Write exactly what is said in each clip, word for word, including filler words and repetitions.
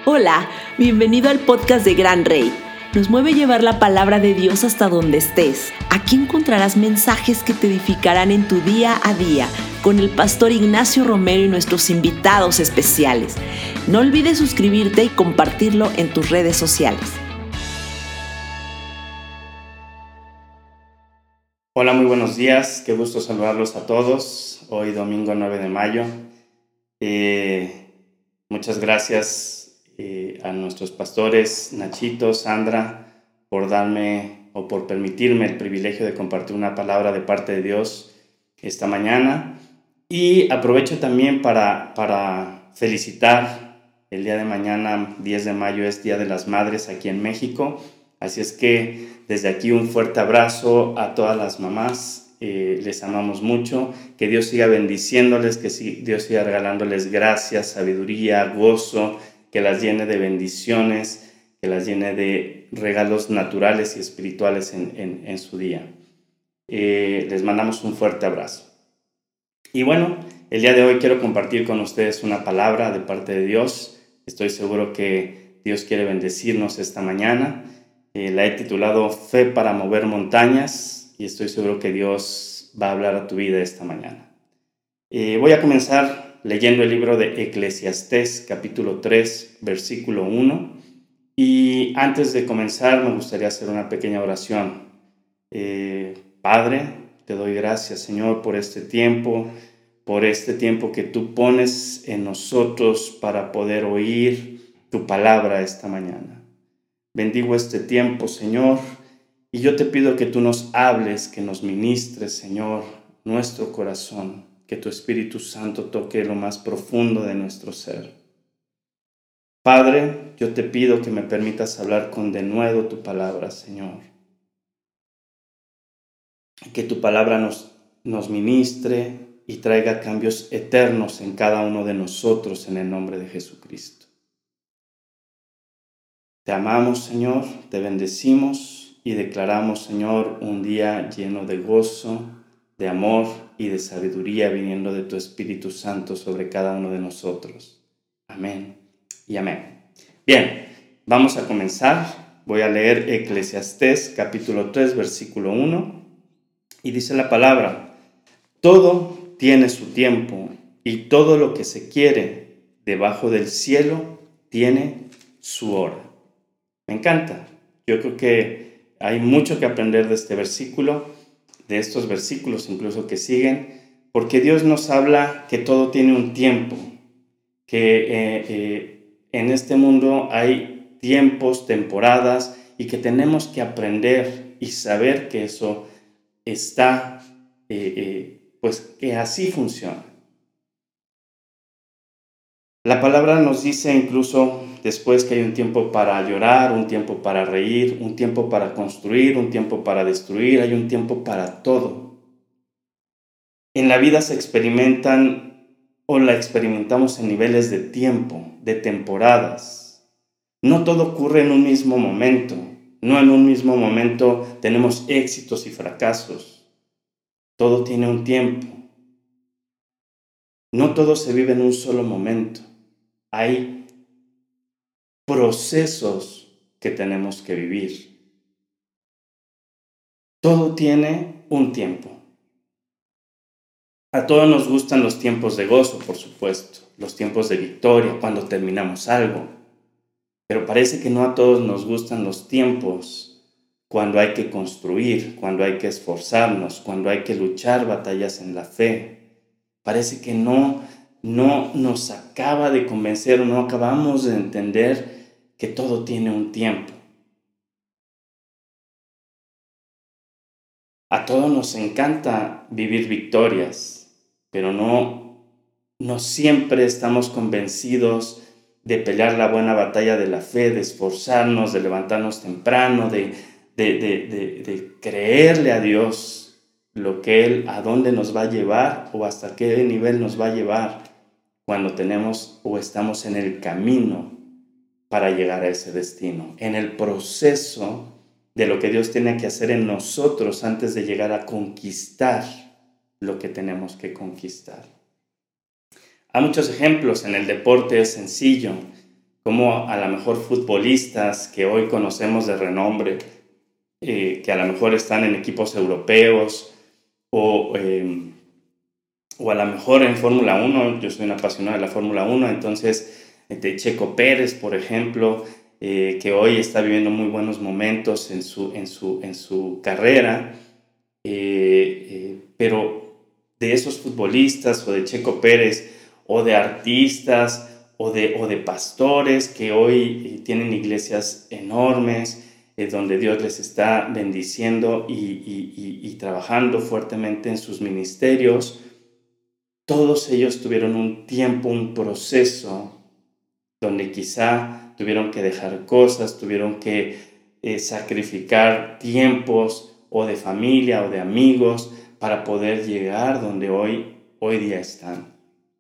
Hola, bienvenido al podcast de Gran Rey. Nos mueve llevar la palabra de Dios hasta donde estés. Aquí encontrarás mensajes que te edificarán en tu día a día con el pastor Ignacio Romero y nuestros invitados especiales. No olvides suscribirte y compartirlo en tus redes sociales. Hola, muy buenos días. Qué gusto saludarlos a todos. Hoy domingo nueve de mayo. Eh, muchas gracias eh, a nuestros pastores Nachito, Sandra, por darme o por permitirme el privilegio de compartir una palabra de parte de Dios esta mañana. Y aprovecho también para, para felicitar. El día de mañana, diez de mayo, es Día de las Madres aquí en México. Así es que desde aquí un fuerte abrazo a todas las mamás. Eh, les amamos mucho. Que Dios siga bendiciéndoles, que Dios siga regalándoles gracias, sabiduría, gozo, que las llene de bendiciones, que las llene de regalos naturales y espirituales en, en, en su día. Eh, les mandamos un fuerte abrazo. Y bueno, el día de hoy quiero compartir con ustedes una palabra de parte de Dios. Estoy seguro que Dios quiere bendecirnos esta mañana. Eh, la he titulado Fe para mover montañas y estoy seguro que Dios va a hablar a tu vida esta mañana. Eh, voy a comenzar leyendo el libro de Eclesiastés, capítulo tres, versículo uno. Y antes de comenzar me gustaría hacer una pequeña oración. Eh, Padre, te doy gracias, Señor, por este tiempo, por este tiempo que tú pones en nosotros para poder oír tu palabra esta mañana. Bendigo este tiempo, Señor, y yo te pido que tú nos hables, que nos ministres, Señor, nuestro corazón, que tu Espíritu Santo toque lo más profundo de nuestro ser. Padre, yo te pido que me permitas hablar con denuedo tu palabra, Señor. Que tu palabra nos, nos ministre y traiga cambios eternos en cada uno de nosotros en el nombre de Jesucristo. Te amamos, Señor, te bendecimos y declaramos, Señor, un día lleno de gozo, de amor y de sabiduría viniendo de tu Espíritu Santo sobre cada uno de nosotros. Amén y amén. Bien, vamos a comenzar. Voy a leer Eclesiastés capítulo tres, versículo uno, y dice la palabra: todo tiene su tiempo y todo lo que se quiere debajo del cielo tiene su hora. Me encanta. Yo creo que hay mucho que aprender de este versículo, de estos versículos incluso que siguen, porque Dios nos habla que todo tiene un tiempo, que eh, eh, en este mundo hay tiempos, temporadas, y que tenemos que aprender y saber que eso está, eh, eh, pues que así funciona. La palabra nos dice incluso después que hay un tiempo para llorar, un tiempo para reír, un tiempo para construir, un tiempo para destruir, hay un tiempo para todo. En la vida se experimentan o la experimentamos en niveles de tiempo, de temporadas. No todo ocurre en un mismo momento, no en un mismo momento tenemos éxitos y fracasos. Todo tiene un tiempo. No todo se vive en un solo momento. Hay procesos que tenemos que vivir. Todo tiene un tiempo. A todos nos gustan los tiempos de gozo, por supuesto, los tiempos de victoria, cuando terminamos algo. Pero parece que no a todos nos gustan los tiempos cuando hay que construir, cuando hay que esforzarnos, cuando hay que luchar batallas en la fe. Parece que no, no nos acaba de convencer o no acabamos de entender que todo tiene un tiempo. A todos nos encanta vivir victorias, pero no, no siempre estamos convencidos de pelear la buena batalla de la fe, de esforzarnos, de levantarnos temprano, de, de, de, de, de creerle a Dios lo que Él, a dónde nos va a llevar o hasta qué nivel nos va a llevar cuando tenemos o estamos en el camino para llegar a ese destino, en el proceso de lo que Dios tiene que hacer en nosotros antes de llegar a conquistar lo que tenemos que conquistar. Hay muchos ejemplos. En el deporte es sencillo, Cómo a lo mejor futbolistas que hoy conocemos de renombre, eh, que a lo mejor están en equipos europeos o, eh, o a lo mejor en Fórmula uno, yo soy un apasionado de la Fórmula uno, entonces de Checo Pérez, por ejemplo, eh, que hoy está viviendo muy buenos momentos en su, en su, en su carrera, eh, eh, pero de esos futbolistas o de Checo Pérez o de artistas o de, o de pastores que hoy eh, tienen iglesias enormes, eh, donde Dios les está bendiciendo y, y, y, y trabajando fuertemente en sus ministerios. Todos ellos tuvieron un tiempo, un proceso, donde quizá tuvieron que dejar cosas, tuvieron que eh, sacrificar tiempos o de familia o de amigos para poder llegar donde hoy, hoy día están.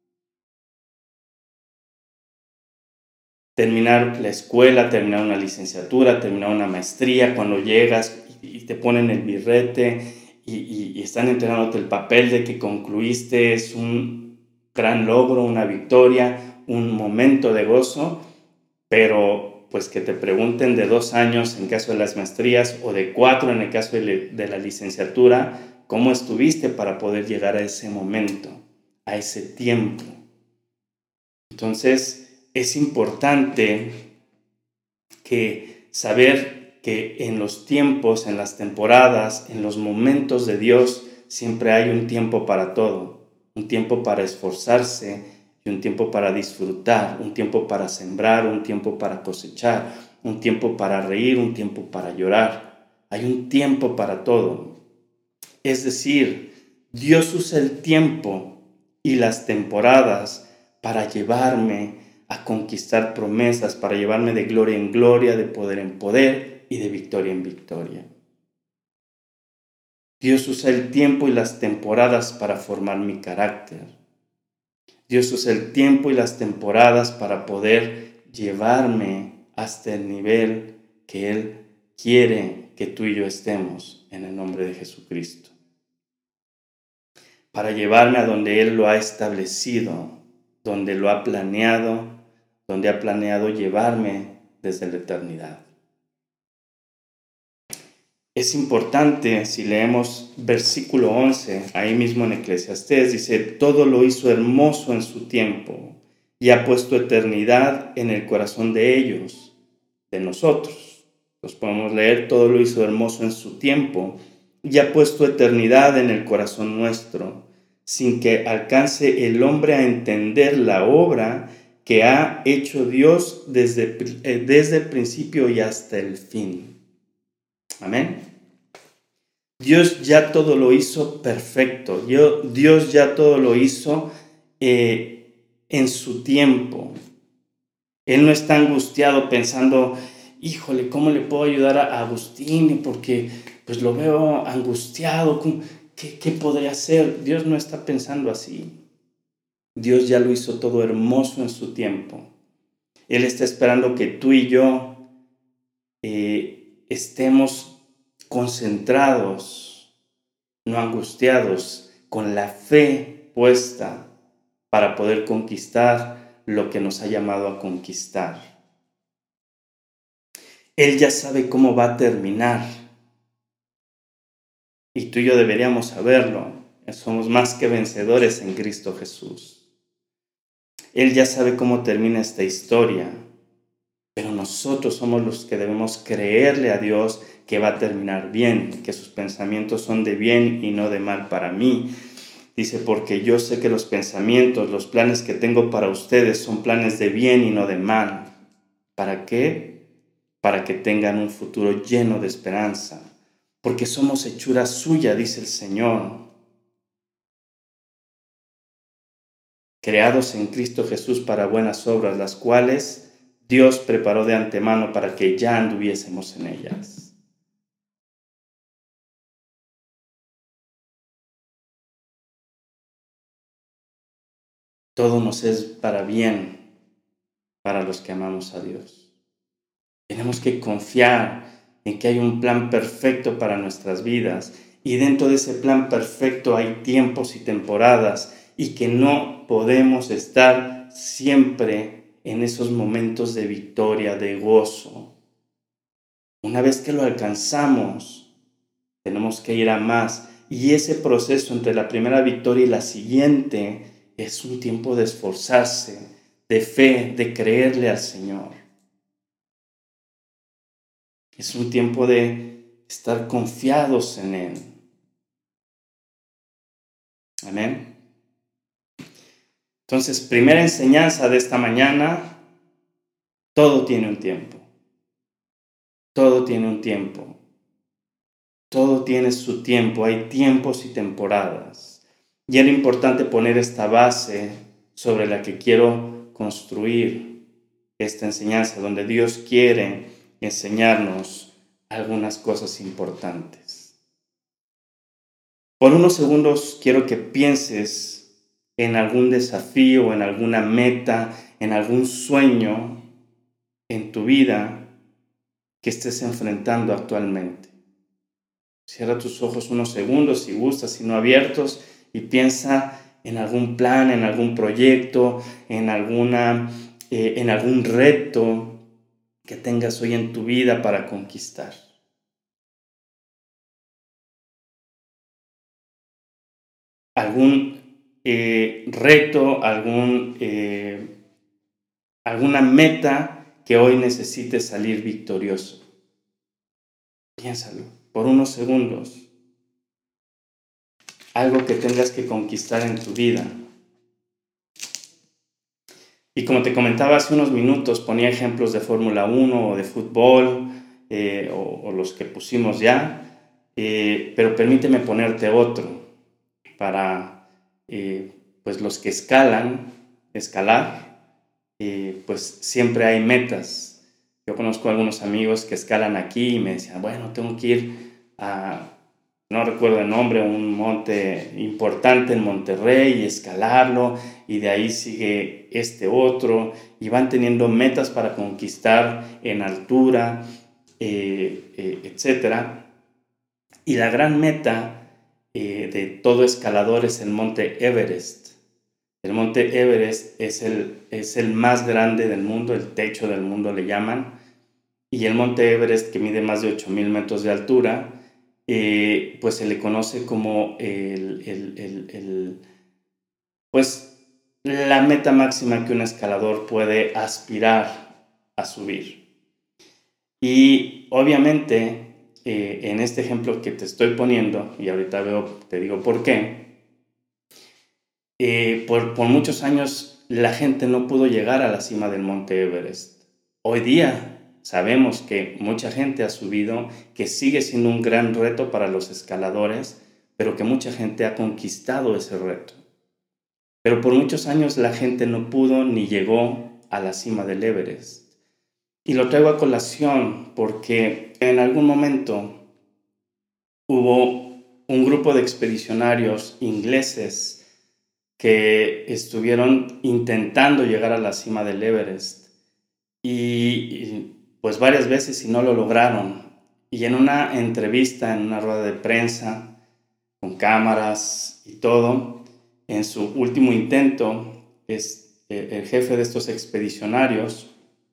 Terminar la escuela, terminar una licenciatura, terminar una maestría, cuando llegas y te ponen el birrete y, y, y están entregándote el papel de que concluiste, es un gran logro, una victoria, un momento de gozo, pero pues que te pregunten de dos años en caso de las maestrías o de cuatro en el caso de, de la licenciatura, ¿cómo estuviste para poder llegar a ese momento, a ese tiempo? Entonces, es importante que saber que en los tiempos, en las temporadas, en los momentos de Dios, siempre hay un tiempo para todo, un tiempo para esforzarse y un tiempo para disfrutar, un tiempo para sembrar, un tiempo para cosechar, un tiempo para reír, un tiempo para llorar. Hay un tiempo para todo. Es decir, Dios usa el tiempo y las temporadas para llevarme a conquistar promesas, para llevarme de gloria en gloria, de poder en poder y de victoria en victoria. Dios usa el tiempo y las temporadas para formar mi carácter. Dios usa el tiempo y las temporadas para poder llevarme hasta el nivel que Él quiere que tú y yo estemos en el nombre de Jesucristo. Para llevarme a donde Él lo ha establecido, donde lo ha planeado, donde ha planeado llevarme desde la eternidad. Es importante, si leemos versículo once, ahí mismo en Eclesiastés, dice, todo lo hizo hermoso en su tiempo y ha puesto eternidad en el corazón de ellos, de nosotros. Los podemos leer, todo lo hizo hermoso en su tiempo y ha puesto eternidad en el corazón nuestro, sin que alcance el hombre a entender la obra que ha hecho Dios desde, eh, desde el principio y hasta el fin. Amén. Dios ya todo lo hizo perfecto. Dios ya todo lo hizo eh, en su tiempo. Él no está angustiado pensando, híjole, ¿cómo le puedo ayudar a Agustín? Porque pues lo veo angustiado. ¿Qué, qué podría hacer? Dios no está pensando así. Dios ya lo hizo todo hermoso en su tiempo. Él está esperando que tú y yo eh, estemos concentrados, no angustiados, con la fe puesta para poder conquistar lo que nos ha llamado a conquistar. Él ya sabe cómo va a terminar. Y tú y yo deberíamos saberlo. Somos más que vencedores en Cristo Jesús. Él ya sabe cómo termina esta historia, pero nosotros somos los que debemos creerle a Dios que va a terminar bien, que sus pensamientos son de bien y no de mal para mí. Dice, porque yo sé que los pensamientos, los planes que tengo para ustedes son planes de bien y no de mal. ¿Para qué? Para que tengan un futuro lleno de esperanza, porque somos hechura suya, dice el Señor. Creados en Cristo Jesús para buenas obras, las cuales Dios preparó de antemano para que ya anduviésemos en ellas. Todo nos es para bien, para los que amamos a Dios. Tenemos que confiar en que hay un plan perfecto para nuestras vidas, y dentro de ese plan perfecto hay tiempos y temporadas, y que no podemos estar siempre en esos momentos de victoria, de gozo. Una vez que lo alcanzamos, tenemos que ir a más. Y ese proceso entre la primera victoria y la siguiente es un tiempo de esforzarse, de fe, de creerle al Señor. Es un tiempo de estar confiados en Él. Amén. Entonces, primera enseñanza de esta mañana, todo tiene un tiempo. Todo tiene un tiempo. Todo tiene su tiempo. Hay tiempos y temporadas. Y era importante poner esta base sobre la que quiero construir esta enseñanza, donde Dios quiere enseñarnos algunas cosas importantes. Por unos segundos quiero que pienses en algún desafío, en alguna meta, en algún sueño en tu vida que estés enfrentando actualmente. Cierra tus ojos unos segundos si gustas, si no abiertos, y piensa en algún plan, en algún proyecto, en, alguna, eh, en algún reto que tengas hoy en tu vida para conquistar. Algún eh, reto, algún, eh, alguna meta que hoy necesites salir victorioso. Piénsalo por unos segundos. Algo que tengas que conquistar en tu vida. Y como te comentaba hace unos minutos, ponía ejemplos de Fórmula uno o de fútbol, eh, o, o los que pusimos ya, eh, pero permíteme ponerte otro para eh, pues los que escalan, escalar, eh, pues siempre hay metas. Yo conozco a algunos amigos que escalan aquí y me decían, bueno, tengo que ir a, no recuerdo el nombre, un monte importante en Monterrey y escalarlo, y de ahí sigue este otro, y van teniendo metas para conquistar en altura, eh, eh, etcétera. Y la gran meta eh, de todo escalador es el monte Everest. El monte Everest es el, es el más grande del mundo, el techo del mundo le llaman, y el monte Everest, que mide más de ocho mil metros de altura, eh, pues se le conoce como el, el, el, el, pues la meta máxima que un escalador puede aspirar a subir. Y obviamente, eh, en este ejemplo que te estoy poniendo, y ahorita veo, te digo por qué, eh, por, por muchos años la gente no pudo llegar a la cima del monte Everest. Hoy día sabemos que mucha gente ha subido, que sigue siendo un gran reto para los escaladores, pero que mucha gente ha conquistado ese reto. Pero por muchos años la gente no pudo ni llegó a la cima del Everest. Y lo traigo a colación porque en algún momento hubo un grupo de expedicionarios ingleses que estuvieron intentando llegar a la cima del Everest. Y pues varias veces y no lo lograron. Y en una entrevista, en una rueda de prensa, con cámaras y todo, en su último intento, es, eh, el jefe de estos expedicionarios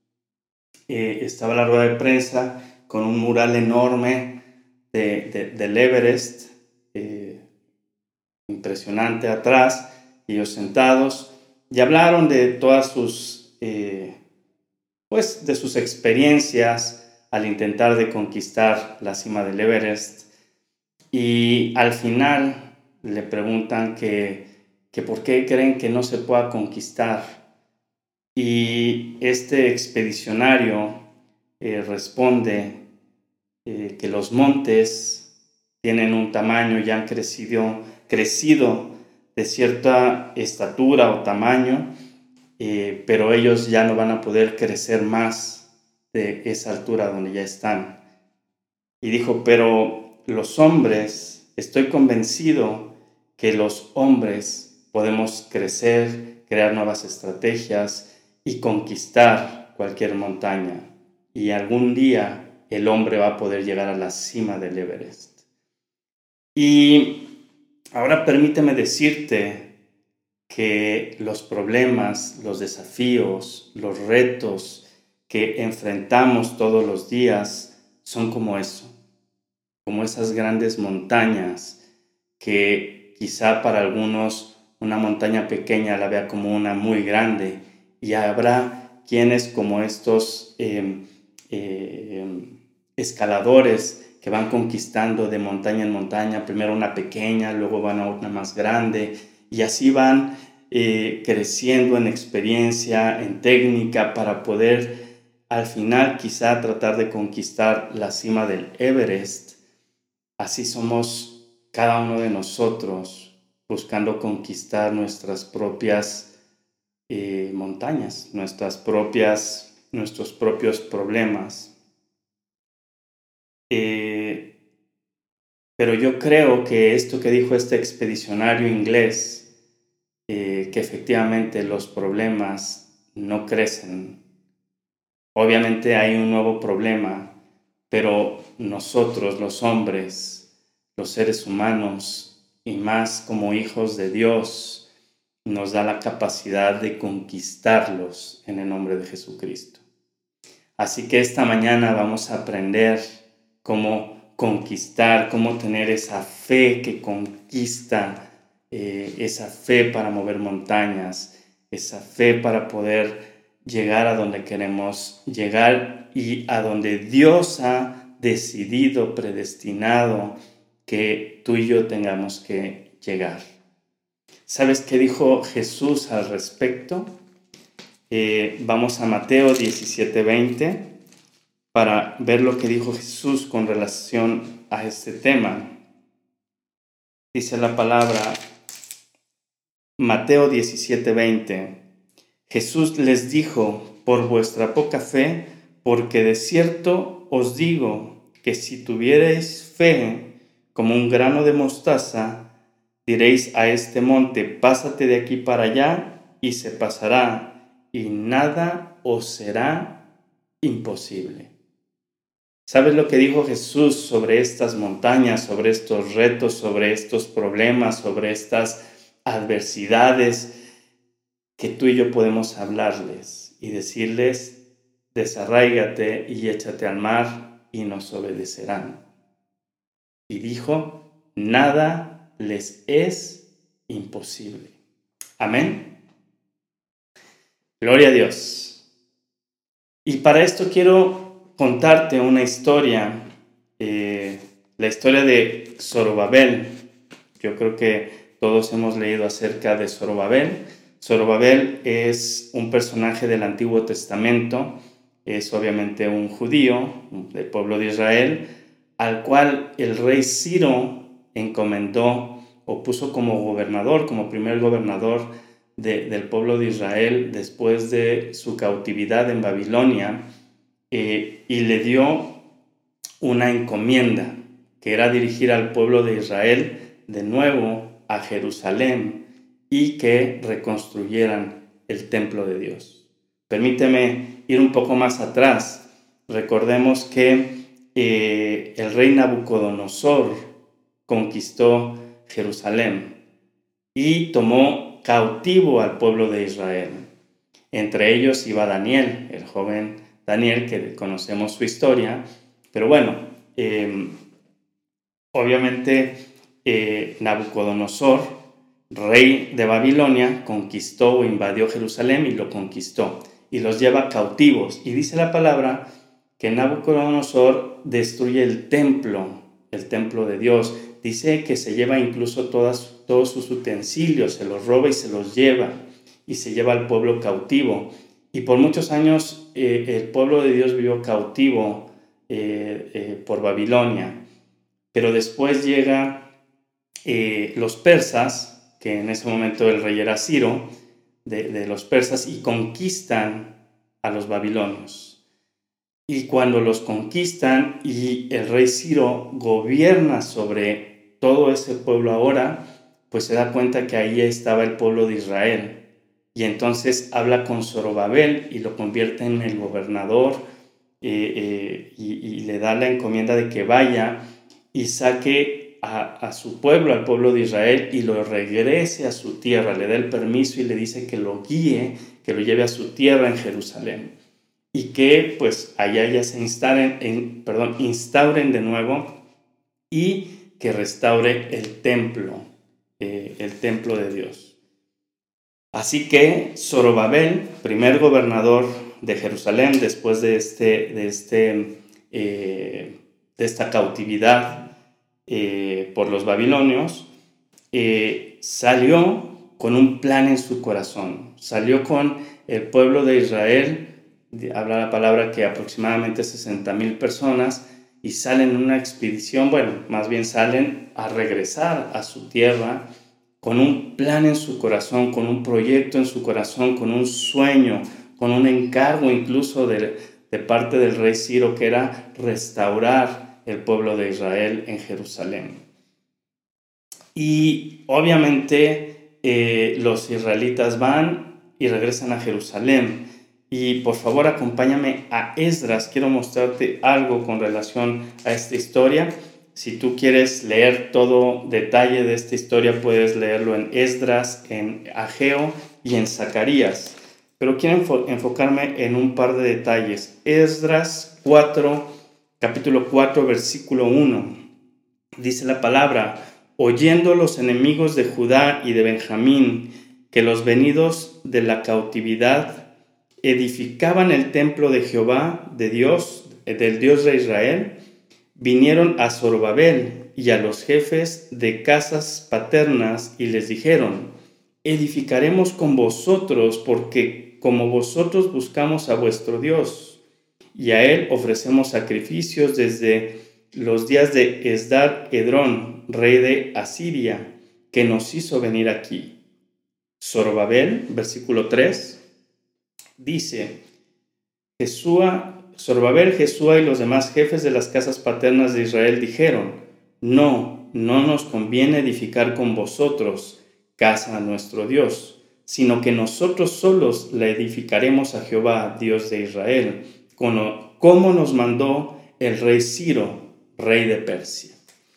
eh, estaba en la rueda de prensa con un mural enorme de, de, del Everest, eh, impresionante atrás, y ellos sentados, y hablaron de todas sus... Eh, pues de sus experiencias al intentar de conquistar la cima del Everest, y al final le preguntan que, que por qué creen que no se pueda conquistar, y este expedicionario eh, responde eh, que los montes tienen un tamaño y han crecido, crecido de cierta estatura o tamaño, Eh, pero ellos ya no van a poder crecer más de esa altura donde ya están. Y dijo, pero los hombres, estoy convencido que los hombres podemos crecer, crear nuevas estrategias y conquistar cualquier montaña. Y algún día el hombre va a poder llegar a la cima del Everest. Y ahora permíteme decirte que los problemas, los desafíos, los retos que enfrentamos todos los días son como eso, como esas grandes montañas que quizá para algunos una montaña pequeña la vea como una muy grande, y habrá quienes como estos eh, eh, escaladores que van conquistando de montaña en montaña, primero una pequeña, luego van a una más grande, y así van eh, creciendo en experiencia, en técnica, para poder al final quizá tratar de conquistar la cima del Everest. Así somos cada uno de nosotros, buscando conquistar nuestras propias eh, montañas, nuestras propias, nuestros propios problemas. Eh, pero yo creo que esto que dijo este expedicionario inglés, eh, que efectivamente los problemas no crecen. Obviamente hay un nuevo problema, pero nosotros, los hombres, los seres humanos, y más como hijos de Dios, nos da la capacidad de conquistarlos en el nombre de Jesucristo. Así que esta mañana vamos a aprender cómo conquistar, cómo tener esa fe que conquista, eh, esa fe para mover montañas, esa fe para poder llegar a donde queremos llegar y a donde Dios ha decidido, predestinado que tú y yo tengamos que llegar. ¿Sabes qué dijo Jesús al respecto? Eh, vamos a Mateo diecisiete veinte para ver lo que dijo Jesús con relación a este tema. Dice la palabra, Mateo diecisiete veinte. Jesús les dijo, por vuestra poca fe, porque de cierto os digo que si tuvierais fe como un grano de mostaza, diréis a este monte, pásate de aquí para allá, y se pasará, y nada os será imposible. ¿Sabes lo que dijo Jesús sobre estas montañas, sobre estos retos, sobre estos problemas, sobre estas adversidades? Que tú y yo podemos hablarles y decirles, desarráigate y échate al mar, y nos obedecerán. Y dijo, nada les es imposible. Amén. Gloria a Dios. Y para esto quiero contarte una historia, eh, la historia de Zorobabel. Yo creo que todos hemos leído acerca de Zorobabel. Zorobabel es un personaje del Antiguo Testamento, es obviamente un judío del pueblo de Israel, al cual el rey Ciro encomendó o puso como gobernador, como primer gobernador de, del pueblo de Israel después de su cautividad en Babilonia, eh, y le dio una encomienda que era dirigir al pueblo de Israel de nuevo a Jerusalén y que reconstruyeran el templo de Dios. Permíteme ir un poco más atrás. Recordemos que eh, el rey Nabucodonosor conquistó Jerusalén y tomó cautivo al pueblo de Israel. Entre ellos iba Daniel, el joven Daniel, que conocemos su historia. Pero bueno, eh, obviamente eh, Nabucodonosor, rey de Babilonia, conquistó o invadió Jerusalén y lo conquistó y los lleva cautivos. Y dice la palabra que Nabucodonosor destruye el templo, el templo de Dios. Dice que se lleva incluso todas, todos sus utensilios, se los roba y se los lleva, y se lleva al pueblo cautivo. Y por muchos años eh, el pueblo de Dios vivió cautivo eh, eh, por Babilonia. Pero después llega eh, los persas, que en ese momento el rey era Ciro, de, de los persas, y conquistan a los babilonios. Y cuando los conquistan y el rey Ciro gobierna sobre todo ese pueblo ahora, pues se da cuenta que ahí estaba el pueblo de Israel. Y entonces habla con Zorobabel y lo convierte en el gobernador eh, eh, y, y le da la encomienda de que vaya y saque a, a su pueblo, al pueblo de Israel, y lo regrese a su tierra. Le da el permiso y le dice que lo guíe, que lo lleve a su tierra en Jerusalén. Y que pues allá ya se instauren, en, perdón, instauren de nuevo y que restaure el templo, eh, el templo de Dios. Así que Zorobabel, primer gobernador de Jerusalén después de, este, de, este, eh, de esta cautividad eh, por los babilonios, eh, salió con un plan en su corazón. Salió con el pueblo de Israel, habla la palabra que aproximadamente sesenta mil personas, y salen en una expedición, bueno, más bien salen a regresar a su tierra con un plan en su corazón, con un proyecto en su corazón, con un sueño, con un encargo incluso de, de parte del rey Ciro, que era restaurar el pueblo de Israel en Jerusalén. Y obviamente eh, los israelitas van y regresan a Jerusalén. Y por favor acompáñame a Esdras. Quiero mostrarte algo con relación a esta historia. Si tú quieres leer todo detalle de esta historia, puedes leerlo en Esdras, en Ageo y en Zacarías. Pero quiero enfo- enfocarme en un par de detalles. Esdras cuatro, capítulo cuatro, versículo uno. Dice la palabra: oyendo los enemigos de Judá y de Benjamín que los venidos de la cautividad edificaban el templo de Jehová, de Dios, del Dios de Israel, vinieron a Zorobabel y a los jefes de casas paternas y les dijeron: edificaremos con vosotros, porque como vosotros buscamos a vuestro Dios, y a él ofrecemos sacrificios desde los días de Esdar-Edrón, rey de Asiria, que nos hizo venir aquí. Zorobabel, versículo tres, dice: Jesúa, Zorobabel, Jesúa y los demás jefes de las casas paternas de Israel dijeron: no, no nos conviene edificar con vosotros casa a nuestro Dios, sino que nosotros solos la edificaremos a Jehová, Dios de Israel, como nos mandó el rey Ciro, rey de Persia.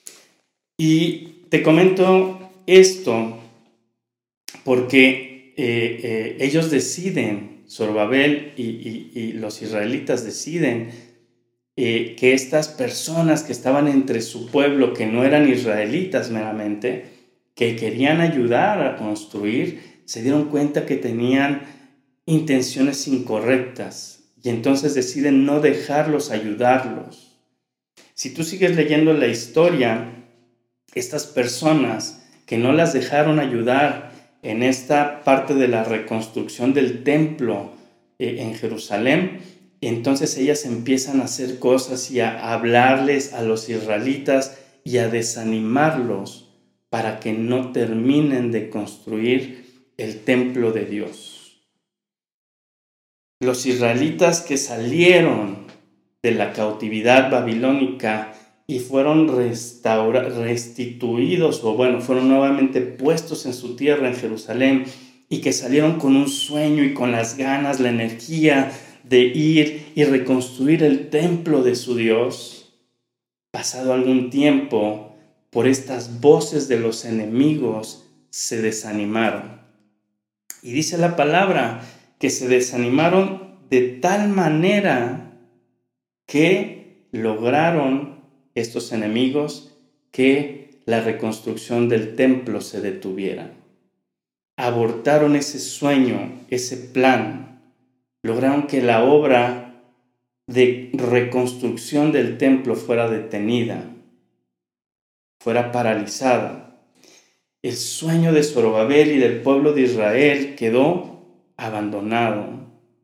Y te comento esto porque eh, eh, ellos deciden, Zorobabel y, y, y los israelitas deciden eh, que estas personas que estaban entre su pueblo, que no eran israelitas meramente, que querían ayudar a construir, se dieron cuenta que tenían intenciones incorrectas y entonces deciden no dejarlos ayudarlos. Si tú sigues leyendo la historia, estas personas que no las dejaron ayudar en esta parte de la reconstrucción del templo eh, en Jerusalén, entonces ellas empiezan a hacer cosas y a hablarles a los israelitas y a desanimarlos para que no terminen de construir el templo de Dios. Los israelitas que salieron de la cautividad babilónica y fueron restaura- restituidos, o bueno, fueron nuevamente puestos en su tierra en Jerusalén, y que salieron con un sueño y con las ganas, la energía de ir y reconstruir el templo de su Dios. Pasado algún tiempo, por estas voces de los enemigos, se desanimaron. Y dice la palabra que se desanimaron de tal manera que lograron estos enemigos que la reconstrucción del templo se detuviera. Abortaron ese sueño, ese plan. Lograron que la obra de reconstrucción del templo fuera detenida, fuera paralizada. El sueño de Zorobabel y del pueblo de Israel quedó abandonado,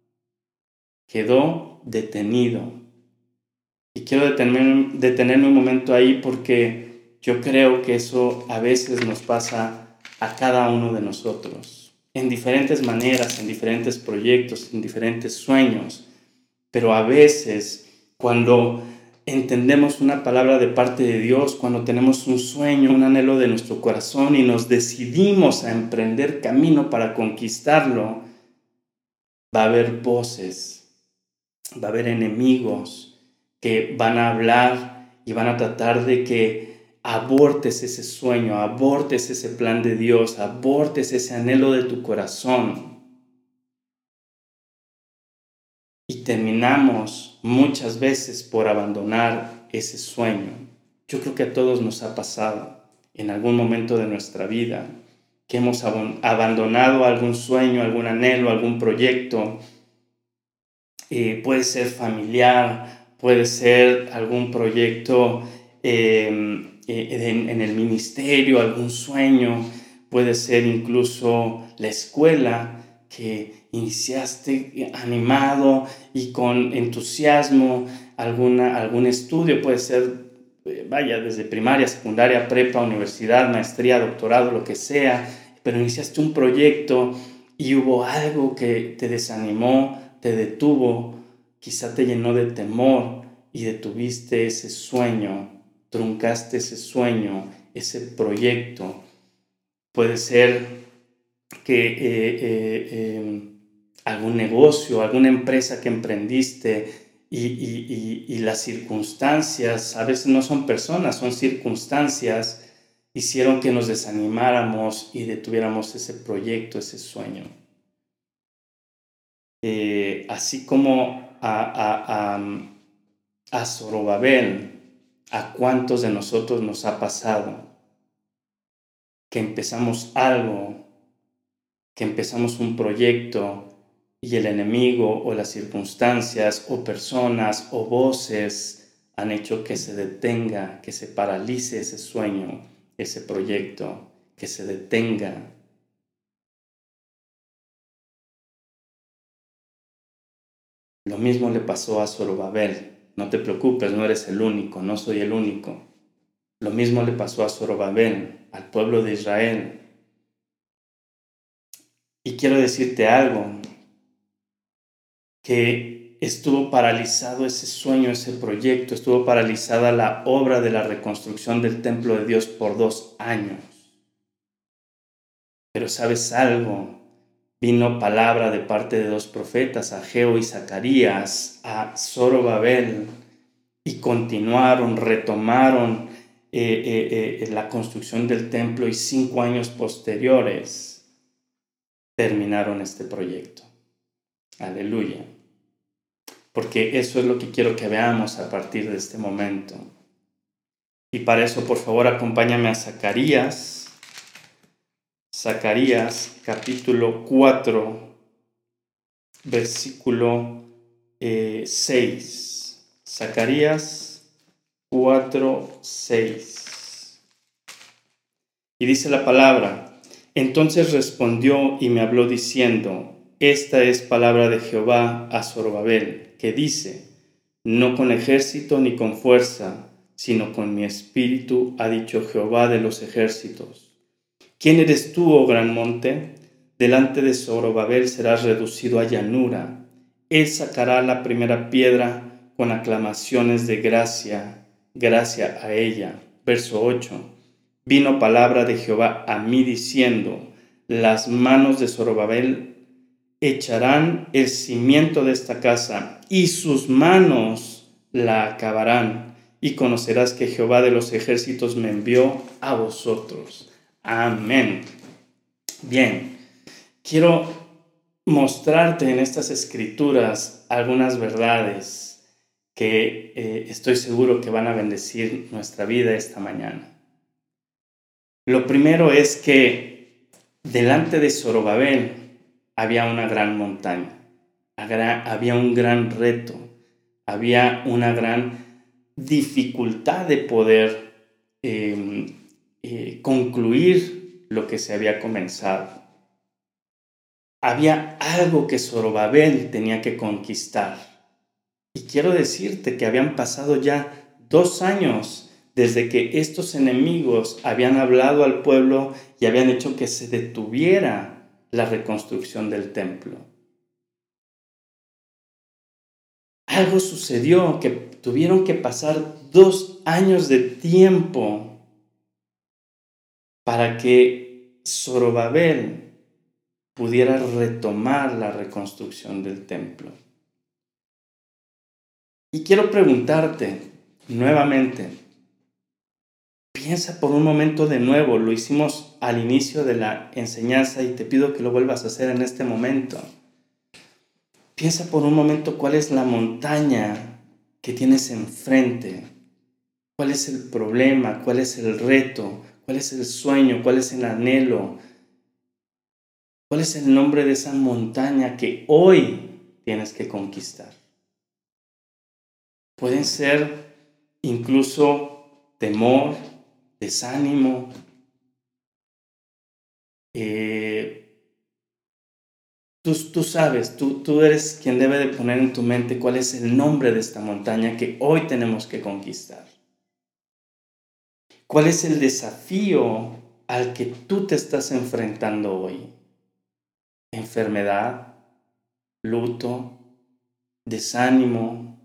quedó detenido. Y quiero detenerme, detenerme un momento ahí porque yo creo que eso a veces nos pasa a cada uno de nosotros, en diferentes maneras, en diferentes proyectos, en diferentes sueños. Pero a veces, cuando entendemos una palabra de parte de Dios, cuando tenemos un sueño, un anhelo de nuestro corazón y nos decidimos a emprender camino para conquistarlo, va a haber voces, va a haber enemigos que van a hablar y van a tratar de que abortes ese sueño, abortes ese plan de Dios, abortes ese anhelo de tu corazón. Y terminamos muchas veces por abandonar ese sueño. Yo creo que a todos nos ha pasado en algún momento de nuestra vida que hemos abandonado algún sueño, algún anhelo, algún proyecto. Eh, puede ser familiar, puede ser algún proyecto eh, eh, en, en el ministerio, algún sueño, puede ser incluso la escuela que iniciaste animado y con entusiasmo, alguna, algún estudio, puede ser, eh, vaya, desde primaria, secundaria, prepa, universidad, maestría, doctorado, lo que sea, pero iniciaste un proyecto y hubo algo que te desanimó, te detuvo, quizá te llenó de temor y detuviste ese sueño, truncaste ese sueño, ese proyecto. Puede ser que eh, eh, eh, algún negocio, alguna empresa que emprendiste y, y, y, y las circunstancias, a veces no son personas, son circunstancias, hicieron que nos desanimáramos y detuviéramos ese proyecto, ese sueño. Eh, así como a, a, a, a Zorobabel, ¿a cuántos de nosotros nos ha pasado que empezamos algo, que empezamos un proyecto y el enemigo o las circunstancias o personas o voces han hecho que se detenga, que se paralice ese sueño, ese proyecto, que se detenga? Lo mismo le pasó a Zorobabel. No te preocupes, no eres el único, no soy el único. Lo mismo le pasó a Zorobabel, al pueblo de Israel. Y quiero decirte algo, que estuvo paralizado ese sueño, ese proyecto, estuvo paralizada la obra de la reconstrucción del templo de Dios por dos años. Pero ¿sabes algo? Vino palabra de parte de dos profetas, Ageo y Zacarías, a Zorobabel, y continuaron, retomaron eh, eh, eh, la construcción del templo, y cinco años posteriores terminaron este proyecto. Aleluya. Porque eso es lo que quiero que veamos a partir de este momento. Y para eso, por favor, acompáñame a Zacarías. Zacarías, capítulo cuatro, versículo eh, seis. Zacarías cuatro, seis. Y dice la palabra: entonces respondió y me habló diciendo: esta es palabra de Jehová a Zorobabel, que dice: no con ejército ni con fuerza, sino con mi espíritu, ha dicho Jehová de los ejércitos. ¿Quién eres tú, oh gran monte? Delante de Zorobabel serás reducido a llanura. Él sacará la primera piedra con aclamaciones de gracia, gracia a ella. Verso ocho. Vino palabra de Jehová a mí diciendo: las manos de Zorobabel echarán el cimiento de esta casa, y sus manos la acabarán, y conocerás que Jehová de los ejércitos me envió a vosotros. Amén. Bien, quiero mostrarte en estas escrituras algunas verdades que eh, estoy seguro que van a bendecir nuestra vida esta mañana. Lo primero es que delante de Zorobabel había una gran montaña, había un gran reto, había una gran dificultad de poder eh, eh, concluir lo que se había comenzado. Había algo que Zorobabel tenía que conquistar. Y quiero decirte que habían pasado ya dos años desde que estos enemigos habían hablado al pueblo y habían hecho que se detuviera la reconstrucción del templo. Algo sucedió, que tuvieron que pasar dos años de tiempo para que Zorobabel pudiera retomar la reconstrucción del templo. Y quiero preguntarte nuevamente, piensa por un momento de nuevo, lo hicimos al inicio de la enseñanza y te pido que lo vuelvas a hacer en este momento. Piensa por un momento cuál es la montaña que tienes enfrente, cuál es el problema, cuál es el reto, cuál es el sueño, cuál es el anhelo, cuál es el nombre de esa montaña que hoy tienes que conquistar. Pueden ser incluso temor, desánimo, eh, Tú, tú sabes, tú, tú eres quien debe de poner en tu mente cuál es el nombre de esta montaña que hoy tenemos que conquistar. ¿Cuál es el desafío al que tú te estás enfrentando hoy? Enfermedad, luto, desánimo,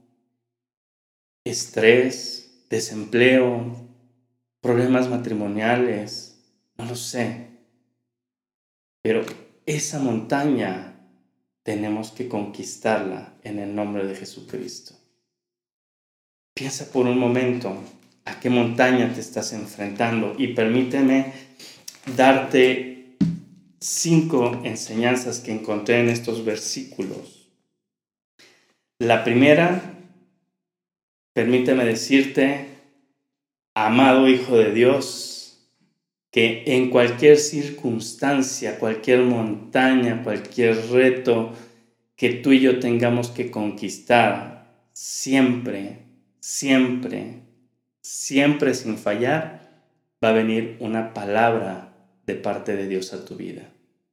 estrés, desempleo, problemas matrimoniales, no lo sé. Pero esa montaña tenemos que conquistarla en el nombre de Jesucristo. Piensa por un momento a qué montaña te estás enfrentando y permíteme darte cinco enseñanzas que encontré en estos versículos. La primera, permíteme decirte, amado Hijo de Dios, que en cualquier circunstancia, cualquier montaña, cualquier reto que tú y yo tengamos que conquistar, siempre, siempre, siempre sin fallar, va a venir una palabra de parte de Dios a tu vida.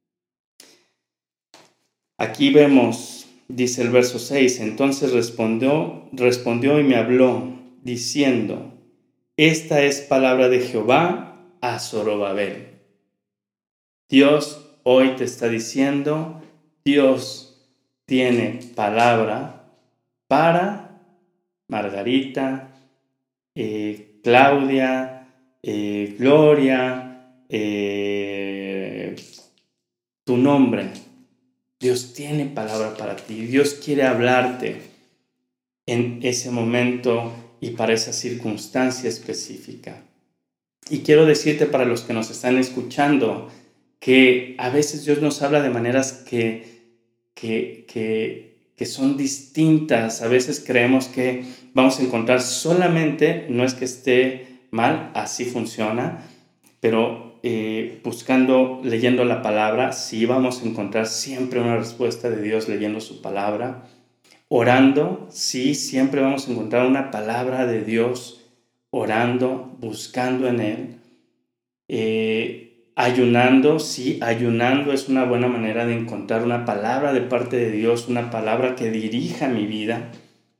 Aquí vemos, dice el verso seis, entonces respondió, respondió y me habló, diciendo, esta es palabra de Jehová a Zorobabel. Dios hoy te está diciendo, Dios tiene palabra para Margarita, eh, Claudia, eh, Gloria, eh, tu nombre. Dios tiene palabra para ti. Dios quiere hablarte en ese momento y para esa circunstancia específica. Y quiero decirte para los que nos están escuchando que a veces Dios nos habla de maneras que, que, que, que son distintas. A veces creemos que vamos a encontrar solamente, no es que esté mal, así funciona, pero eh, buscando, leyendo la palabra, sí vamos a encontrar siempre una respuesta de Dios leyendo su palabra. Orando, sí, siempre vamos a encontrar una palabra de Dios orando, buscando en Él, eh, ayunando, sí, ayunando es una buena manera de encontrar una palabra de parte de Dios, una palabra que dirija mi vida.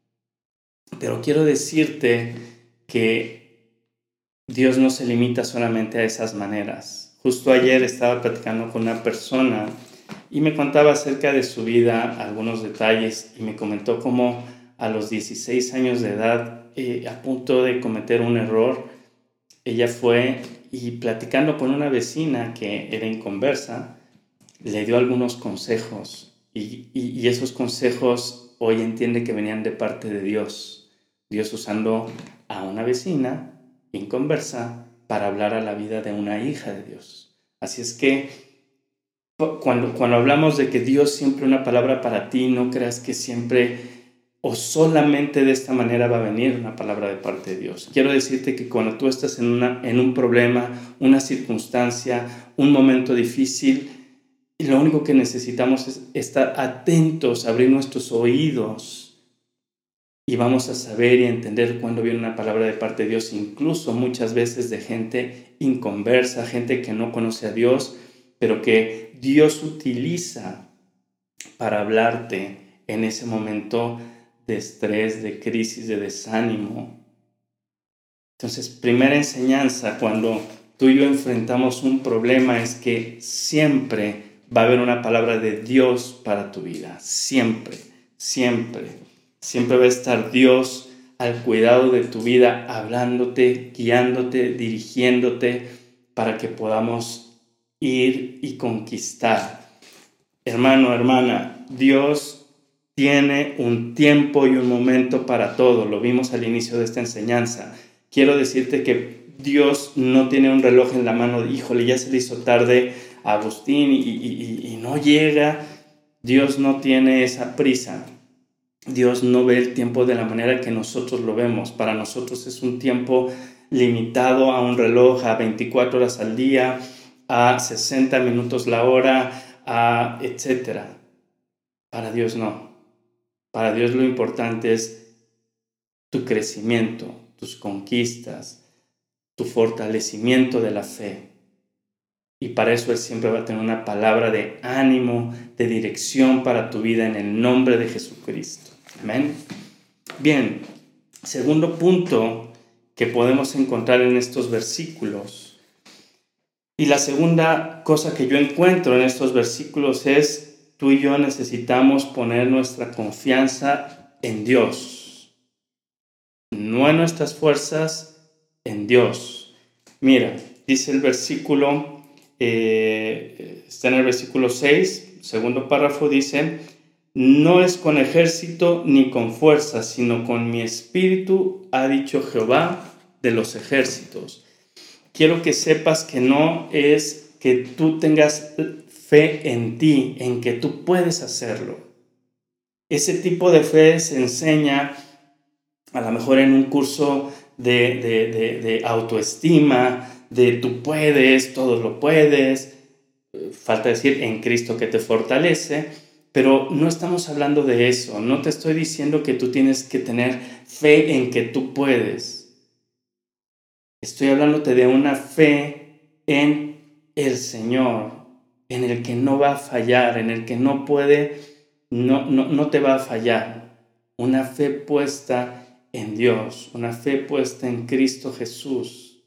Pero quiero decirte que Dios no se limita solamente a esas maneras. Justo ayer estaba platicando con una persona y me contaba acerca de su vida, algunos detalles, y me comentó cómo a los dieciséis años de edad, eh, a punto de cometer un error, ella fue y platicando con una vecina que era inconversa, le dio algunos consejos y, y, y esos consejos hoy entiende que venían de parte de Dios. Dios usando a una vecina inconversa para hablar a la vida de una hija de Dios. Así es que cuando, cuando hablamos de que Dios siempre una palabra para ti, no creas que siempre o solamente de esta manera va a venir una palabra de parte de Dios. Quiero decirte que cuando tú estás en, una, en un problema, una circunstancia, un momento difícil, lo único que necesitamos es estar atentos, abrir nuestros oídos y vamos a saber y entender cuándo viene una palabra de parte de Dios, incluso muchas veces de gente inconversa, gente que no conoce a Dios, pero que Dios utiliza para hablarte en ese momento de estrés, de crisis, de desánimo. Entonces, primera enseñanza cuando tú y yo enfrentamos un problema es que siempre va a haber una palabra de Dios para tu vida. Siempre, siempre. Siempre va a estar Dios al cuidado de tu vida, hablándote, guiándote, dirigiéndote para que podamos ir y conquistar. Hermano, hermana, Dios tiene un tiempo y un momento para todo. Lo vimos al inicio de esta enseñanza. Quiero decirte que Dios no tiene un reloj en la mano de, híjole, ya se le hizo tarde a Agustín y, y, y, y no llega. Dios no tiene esa prisa. Dios no ve el tiempo de la manera que nosotros lo vemos. Para nosotros es un tiempo limitado a un reloj, a veinticuatro horas al día, a sesenta minutos la hora, a etcétera. Para Dios no. Para Dios lo importante es tu crecimiento, tus conquistas, tu fortalecimiento de la fe. Y para eso Él siempre va a tener una palabra de ánimo, de dirección para tu vida en el nombre de Jesucristo. Amén. Bien, segundo punto que podemos encontrar en estos versículos. Y la segunda cosa que yo encuentro en estos versículos es, tú y yo necesitamos poner nuestra confianza en Dios. No en nuestras fuerzas, en Dios. Mira, dice el versículo, eh, está en el versículo seis, segundo párrafo, dice, no es con ejército ni con fuerza, sino con mi espíritu, ha dicho Jehová de los ejércitos. Quiero que sepas que no es que tú tengas fe en ti, en que tú puedes hacerlo. Ese tipo de fe se enseña a lo mejor en un curso de, de, de, de autoestima, de tú puedes, todo lo puedes. Falta decir en Cristo que te fortalece. Pero no estamos hablando de eso. No te estoy diciendo que tú tienes que tener fe en que tú puedes. Estoy hablándote de una fe en el Señor, en el que no va a fallar, en el que no puede, no, no, no te va a fallar. Una fe puesta en Dios, una fe puesta en Cristo Jesús.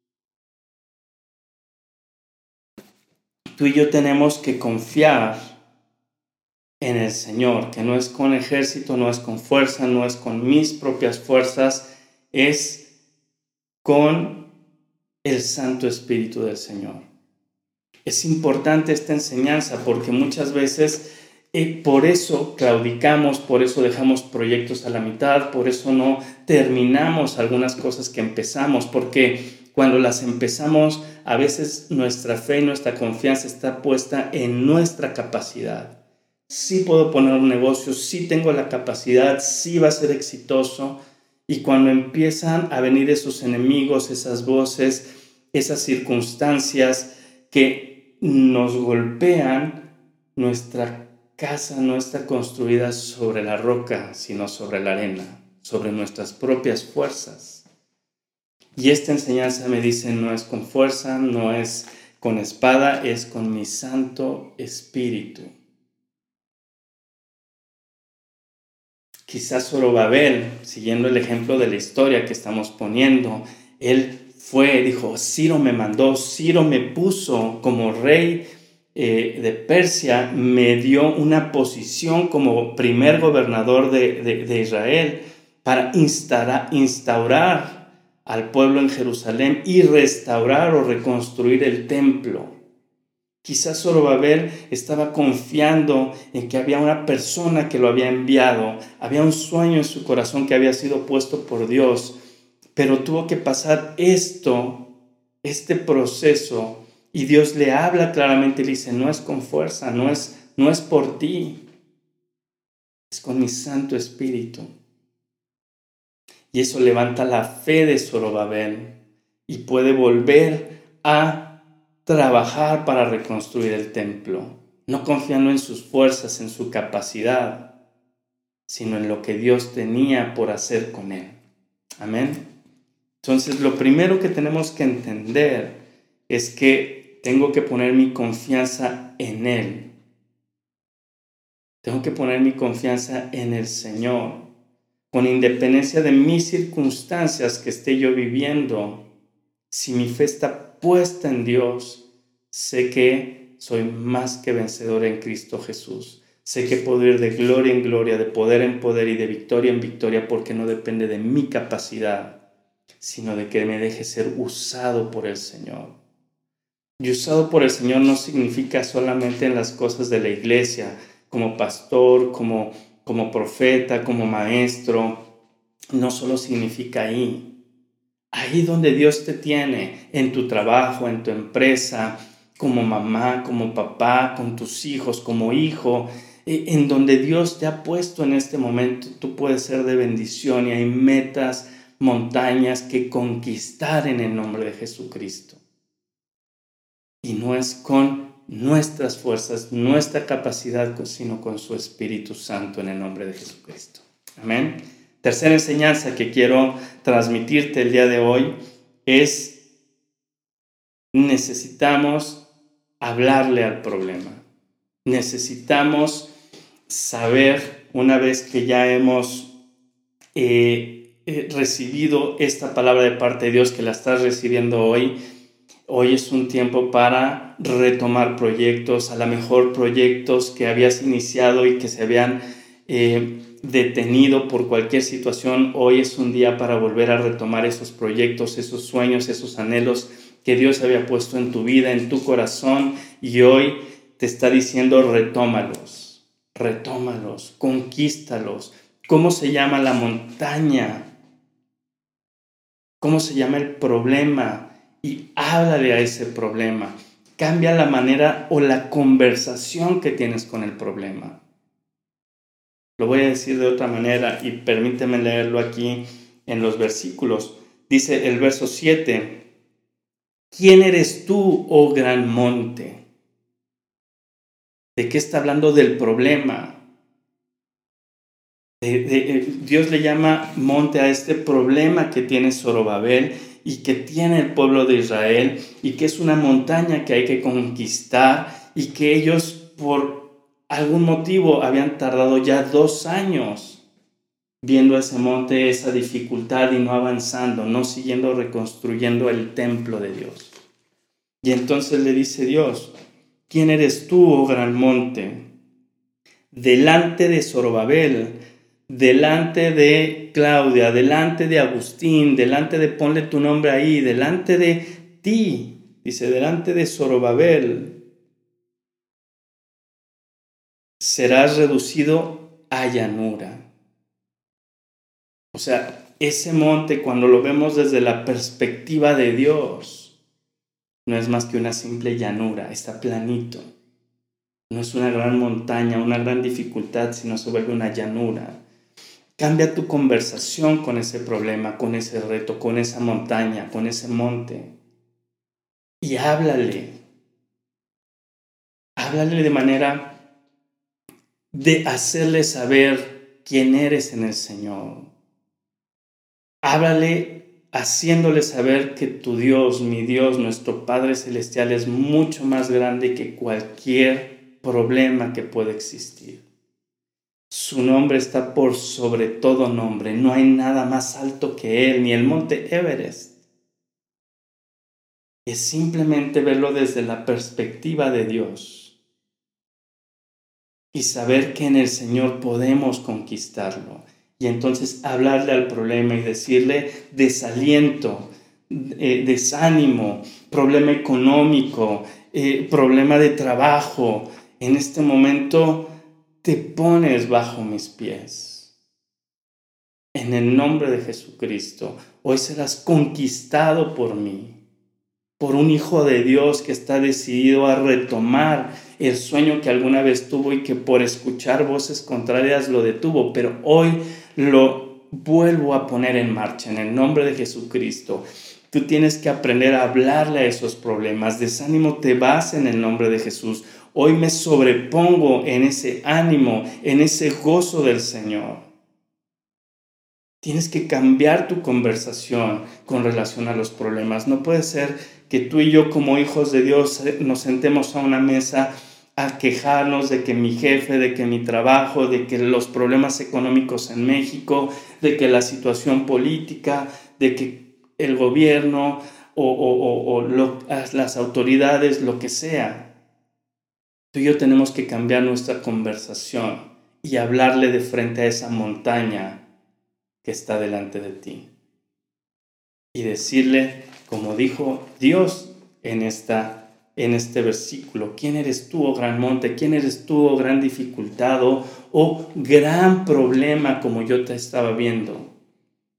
Tú y yo tenemos que confiar en el Señor, que no es con ejército, no es con fuerza, no es con mis propias fuerzas, es con el Santo Espíritu del Señor. Es importante esta enseñanza porque muchas veces eh, por eso claudicamos, por eso dejamos proyectos a la mitad, por eso no terminamos algunas cosas que empezamos, porque cuando las empezamos, a veces nuestra fe y nuestra confianza está puesta en nuestra capacidad. Sí puedo poner un negocio, sí tengo la capacidad, sí va a ser exitoso. Y cuando empiezan a venir esos enemigos, esas voces, esas circunstancias que nos golpean, nuestra casa no está construida sobre la roca, sino sobre la arena, sobre nuestras propias fuerzas. Y esta enseñanza me dice, no es con fuerza, no es con espada, es con mi Santo Espíritu. Quizás Zorobabel, siguiendo el ejemplo de la historia que estamos poniendo, él fue, dijo, Ciro me mandó, Ciro me puso como rey eh, de Persia, me dio una posición como primer gobernador de, de, de Israel para instaurar, instaurar al pueblo en Jerusalén y restaurar o reconstruir el templo. Quizás Zorobabel estaba confiando en que había una persona que lo había enviado, había un sueño en su corazón que había sido puesto por Dios, pero tuvo que pasar esto, este proceso, y Dios le habla claramente y le dice, no es con fuerza, no es, no es por ti, es con mi Santo Espíritu. Y eso levanta la fe de Zorobabel y puede volver a trabajar para reconstruir el templo, no confiando en sus fuerzas, en su capacidad, sino en lo que Dios tenía por hacer con él. Amén. Entonces, lo primero que tenemos que entender es que tengo que poner mi confianza en Él. Tengo que poner mi confianza en el Señor, con independencia de mis circunstancias que esté yo viviendo. Si mi fe está puesta en Dios, sé que soy más que vencedor en Cristo Jesús. Sé que puedo ir de gloria en gloria, de poder en poder y de victoria en victoria, porque no depende de mi capacidad, sino de que me deje ser usado por el Señor. Y usado por el Señor no significa solamente en las cosas de la iglesia, como pastor, como, como profeta, como maestro. No solo significa ahí. Ahí donde Dios te tiene, en tu trabajo, en tu empresa, como mamá, como papá, con tus hijos, como hijo, en donde Dios te ha puesto en este momento, tú puedes ser de bendición y hay metas, montañas que conquistar en el nombre de Jesucristo. Y no es con nuestras fuerzas, nuestra capacidad, sino con su Espíritu Santo en el nombre de Jesucristo. Amén. Tercera enseñanza que quiero transmitirte el día de hoy es: necesitamos hablarle al problema. Necesitamos saber, una vez que ya hemos eh, eh, recibido esta palabra de parte de Dios, que la estás recibiendo hoy, hoy es un tiempo para retomar proyectos, a lo mejor proyectos que habías iniciado y que se habían eh, detenido por cualquier situación. Hoy es un día para volver a retomar esos proyectos, esos sueños, esos anhelos que Dios había puesto en tu vida, en tu corazón, y hoy te está diciendo: retómalos, retómalos, conquístalos. ¿Cómo se llama la montaña? ¿Cómo se llama el problema? Y háblale a ese problema. Cambia la manera o la conversación que tienes con el problema. Lo voy a decir de otra manera y permíteme leerlo aquí en los versículos. Dice el verso siete: ¿quién eres tú, oh gran monte? ¿De qué está hablando? Del problema. De, de, Dios le llama monte a este problema que tiene Zorobabel y que tiene el pueblo de Israel, y que es una montaña que hay que conquistar, y que ellos por algún motivo habían tardado ya dos años viendo ese monte, esa dificultad, y no avanzando, no siguiendo reconstruyendo el templo de Dios. Y entonces le dice Dios: ¿quién eres tú, oh gran monte? Delante de Zorobabel, delante de Claudia, delante de Agustín, delante de, ponle tu nombre ahí, delante de ti, dice, delante de Zorobabel, serás reducido a llanura. O sea, ese monte, cuando lo vemos desde la perspectiva de Dios, no es más que una simple llanura, está planito. No es una gran montaña, una gran dificultad, sino se vuelve una llanura. Cambia tu conversación con ese problema, con ese reto, con esa montaña, con ese monte. Y háblale. Háblale de manera de hacerle saber quién eres en el Señor. Háblale haciéndole saber que tu Dios, mi Dios, nuestro Padre Celestial, es mucho más grande que cualquier problema que pueda existir. Su nombre está por sobre todo nombre. No hay nada más alto que Él, ni el monte Everest. Es simplemente verlo desde la perspectiva de Dios y saber que en el Señor podemos conquistarlo. Y entonces hablarle al problema y decirle desaliento, eh, desánimo, problema económico, eh, problema de trabajo. En este momento te pones bajo mis pies. En el nombre de Jesucristo, hoy serás conquistado por mí, por un hijo de Dios que está decidido a retomar el sueño que alguna vez tuvo y que por escuchar voces contrarias lo detuvo, pero hoy lo vuelvo a poner en marcha en el nombre de Jesucristo. Tú tienes que aprender a hablarle a esos problemas. Desánimo, te vas en el nombre de Jesús. Hoy me sobrepongo en ese ánimo, en ese gozo del Señor. Tienes que cambiar tu conversación con relación a los problemas. No puede ser que tú y yo, como hijos de Dios, nos sentemos a una mesa a quejarnos de que mi jefe, de que mi trabajo, de que los problemas económicos en México, de que la situación política, de que el gobierno o, o, o, o lo, las autoridades, lo que sea. Tú y yo tenemos que cambiar nuestra conversación y hablarle de frente a esa montaña que está delante de ti. Y decirle, como dijo Dios en, esta, en este versículo: ¿quién eres tú, oh gran monte? ¿Quién eres tú, oh gran dificultad, oh, oh gran problema como yo te estaba viendo?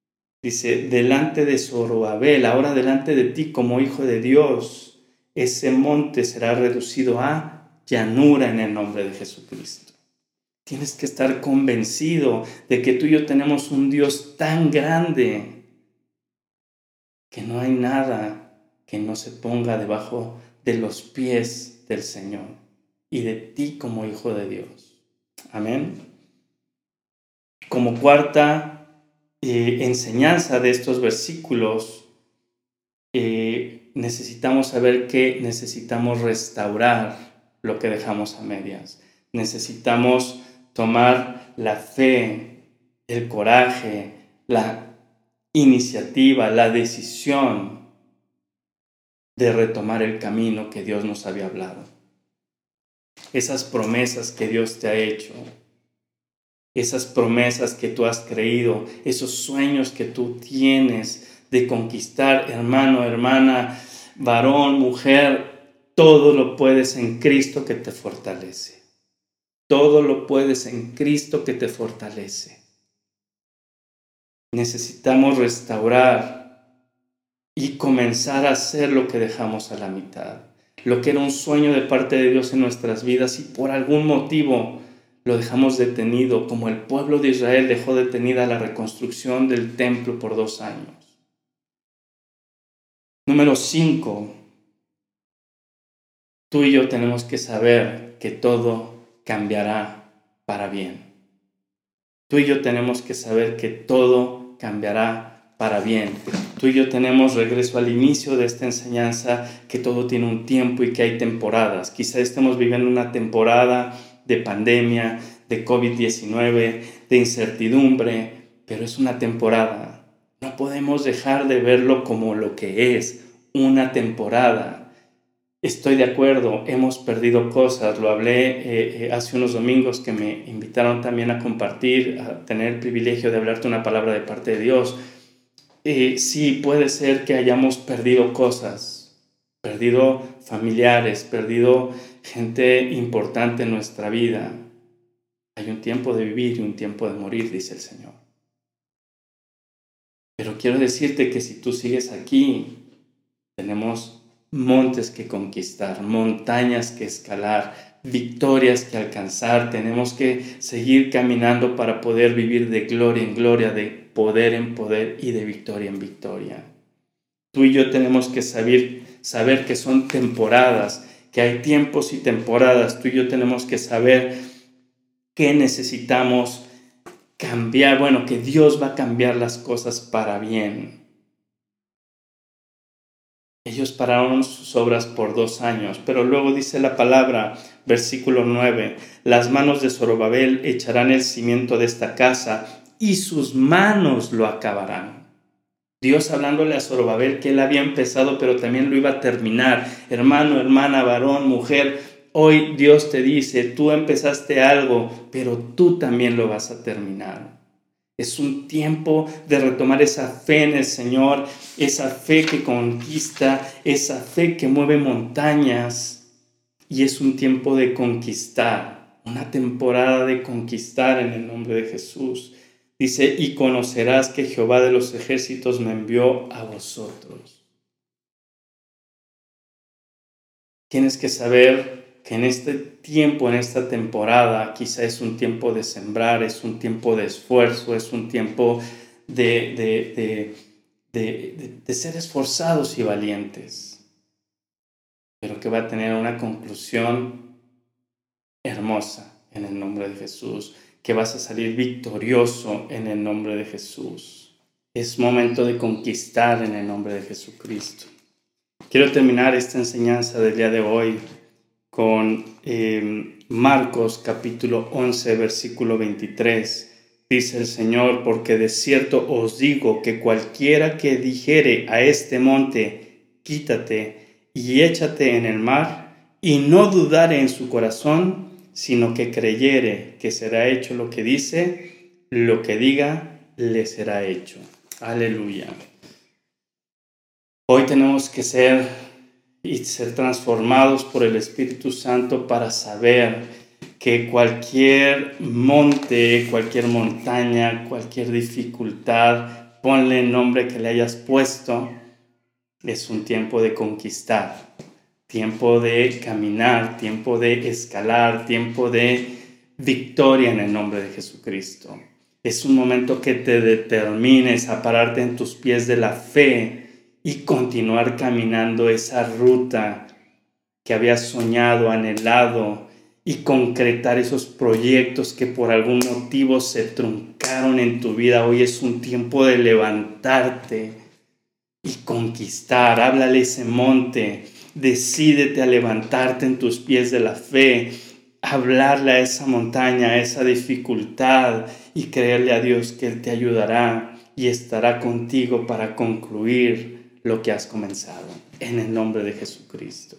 Dice, delante de Zorobabel, ahora delante de ti como hijo de Dios, ese monte será reducido a llanura en el nombre de Jesucristo. Tienes que estar convencido de que tú y yo tenemos un Dios tan grande que no hay nada que no se ponga debajo de los pies del Señor y de ti como hijo de Dios. Amén. Como cuarta eh, enseñanza de estos versículos, eh, necesitamos saber que necesitamos restaurar lo que dejamos a medias. Necesitamos tomar la fe, el coraje, la iniciativa, la decisión de retomar el camino que Dios nos había hablado. Esas promesas que Dios te ha hecho, esas promesas que tú has creído, esos sueños que tú tienes de conquistar, hermano, hermana, varón, mujer, todo lo puedes en Cristo que te fortalece. Todo lo puedes en Cristo que te fortalece. Necesitamos restaurar y comenzar a hacer lo que dejamos a la mitad. Lo que era un sueño de parte de Dios en nuestras vidas y por algún motivo lo dejamos detenido, como el pueblo de Israel dejó detenida la reconstrucción del templo por dos años. Número cinco. Tú y yo tenemos que saber que todo cambiará para bien. Tú y yo tenemos que saber que todo cambiará para bien. Tú y yo tenemos, regreso al inicio de esta enseñanza, que todo tiene un tiempo y que hay temporadas. Quizá estemos viviendo una temporada de pandemia, de covid diecinueve, de incertidumbre, pero es una temporada. No podemos dejar de verlo como lo que es, una temporada. Estoy de acuerdo, hemos perdido cosas. Lo hablé eh, eh, hace unos domingos que me invitaron también a compartir, a tener el privilegio de hablarte una palabra de parte de Dios. Eh, sí, puede ser que hayamos perdido cosas, perdido familiares, perdido gente importante en nuestra vida. Hay un tiempo de vivir y un tiempo de morir, dice el Señor. Pero quiero decirte que si tú sigues aquí, tenemos montes que conquistar, montañas que escalar, victorias que alcanzar. Tenemos que seguir caminando para poder vivir de gloria en gloria, de poder en poder y de victoria en victoria. Tú y yo tenemos que saber, saber que son temporadas, que hay tiempos y temporadas. Tú y yo tenemos que saber que necesitamos cambiar, bueno, que Dios va a cambiar las cosas para bien. Ellos pararon sus obras por dos años, pero luego dice la palabra, versículo nueve, las manos de Zorobabel echarán el cimiento de esta casa y sus manos lo acabarán. Dios hablándole a Zorobabel que él había empezado, pero también lo iba a terminar. Hermano, hermana, varón, mujer, hoy Dios te dice, tú empezaste algo, pero tú también lo vas a terminar. Es un tiempo de retomar esa fe en el Señor, esa fe que conquista, esa fe que mueve montañas. Y es un tiempo de conquistar, una temporada de conquistar en el nombre de Jesús. Dice, y conocerás que Jehová de los ejércitos me envió a vosotros. Tienes que saber que en este tiempo, en esta temporada, quizá es un tiempo de sembrar, es un tiempo de esfuerzo, es un tiempo de, de, de, de, de, de ser esforzados y valientes, pero que va a tener una conclusión hermosa en el nombre de Jesús, que vas a salir victorioso en el nombre de Jesús. Es momento de conquistar en el nombre de Jesucristo. Quiero terminar esta enseñanza del día de hoy con eh, Marcos capítulo once, versículo veintitrés. Dice el Señor, porque de cierto os digo que cualquiera que dijere a este monte, quítate y échate en el mar, y no dudare en su corazón, sino que creyere que será hecho lo que dice, lo que diga le será hecho. Aleluya. Hoy tenemos que ser y ser transformados por el Espíritu Santo para saber que cualquier monte, cualquier montaña, cualquier dificultad ponle el nombre que le hayas puesto. Es un tiempo de conquistar, tiempo de caminar, tiempo de escalar, tiempo de victoria en el nombre de Jesucristo. Es un momento que te determines a pararte en tus pies de la fe y continuar caminando esa ruta que habías soñado, anhelado, y concretar esos proyectos que por algún motivo se truncaron en tu vida. Hoy es un tiempo de levantarte y conquistar. Háblale a ese monte, decídete a levantarte en tus pies de la fe, hablarle a esa montaña, a esa dificultad, y creerle a Dios que Él te ayudará y estará contigo para concluir lo que has comenzado, en el nombre de Jesucristo.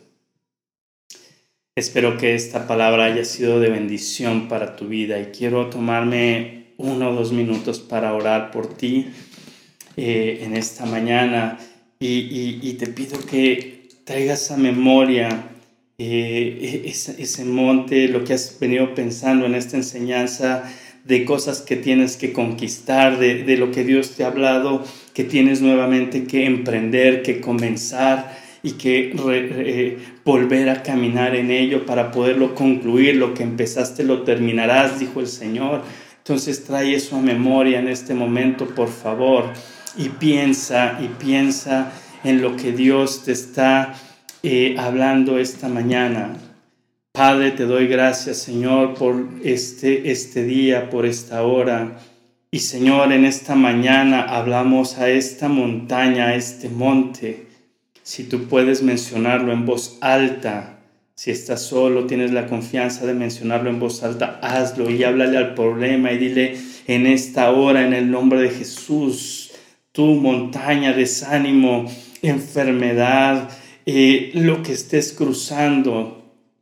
Espero que esta palabra haya sido de bendición para tu vida, y quiero tomarme uno o dos minutos para orar por ti eh, en esta mañana, y, y, y te pido que traigas a memoria eh, ese, ese monte, lo que has venido pensando en esta enseñanza, de cosas que tienes que conquistar, de, de lo que Dios te ha hablado, que tienes nuevamente que emprender, que comenzar y que re, re, volver a caminar en ello para poderlo concluir. Lo que empezaste lo terminarás, dijo el Señor. Entonces trae eso a memoria en este momento, por favor, y piensa y piensa en lo que Dios te está eh, hablando esta mañana. Padre, te doy gracias, Señor, por este, este día, por esta hora. Y, Señor, en esta mañana hablamos a esta montaña, a este monte. Si tú puedes mencionarlo en voz alta, si estás solo, tienes la confianza de mencionarlo en voz alta, hazlo y háblale al problema y dile en esta hora, en el nombre de Jesús, tu montaña, desánimo, enfermedad, eh, lo que estés cruzando,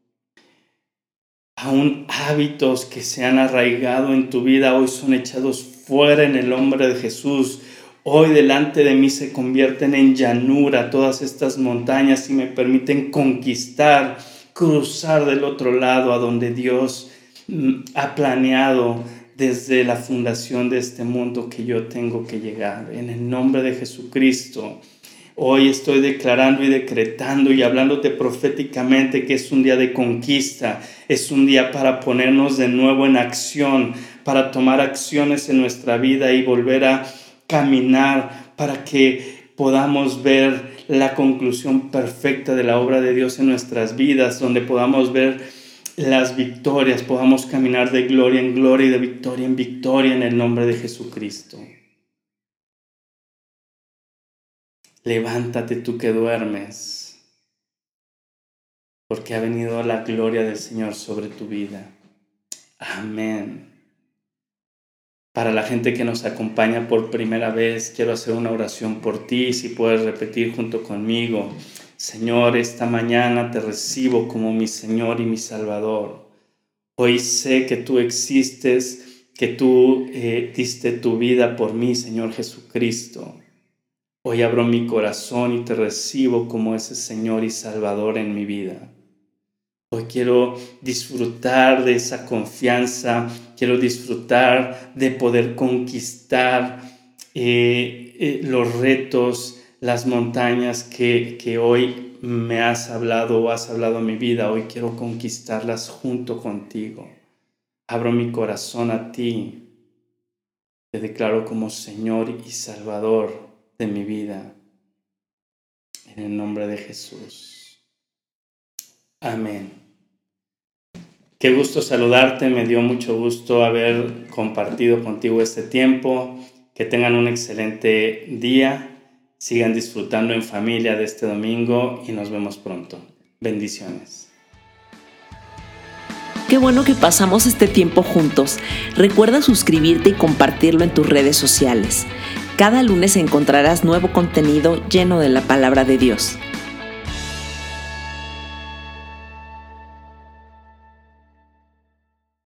aún hábitos que se han arraigado en tu vida, hoy son echados fuera en el nombre de Jesús. Hoy delante de mí se convierten en llanura todas estas montañas y me permiten conquistar, cruzar del otro lado a donde Dios ha planeado desde la fundación de este mundo que yo tengo que llegar. En el nombre de Jesucristo, hoy estoy declarando y decretando y hablándote proféticamente que es un día de conquista, es un día para ponernos de nuevo en acción, para tomar acciones en nuestra vida y volver a caminar para que podamos ver la conclusión perfecta de la obra de Dios en nuestras vidas, donde podamos ver las victorias, podamos caminar de gloria en gloria y de victoria en victoria en el nombre de Jesucristo. Levántate tú que duermes, porque ha venido la gloria del Señor sobre tu vida. Amén. Para la gente que nos acompaña por primera vez, quiero hacer una oración por ti. Si puedes repetir junto conmigo: Señor, esta mañana te recibo como mi Señor y mi Salvador. Hoy sé que tú existes, que tú eh, diste tu vida por mí, Señor Jesucristo. Hoy abro mi corazón y te recibo como ese Señor y Salvador en mi vida. Hoy quiero disfrutar de esa confianza, quiero disfrutar de poder conquistar eh, eh, los retos, las montañas que, que hoy me has hablado o has hablado en mi vida. Hoy quiero conquistarlas junto contigo. Abro mi corazón a ti. Te declaro como Señor y Salvador de mi vida, en el nombre de Jesús. Amén. Qué gusto saludarte, me dio mucho gusto haber compartido contigo este tiempo. Que tengan un excelente día, sigan disfrutando en familia de este domingo y nos vemos pronto. Bendiciones. Qué bueno que pasamos este tiempo juntos. Recuerda suscribirte y compartirlo en tus redes sociales. Cada lunes encontrarás nuevo contenido lleno de la palabra de Dios.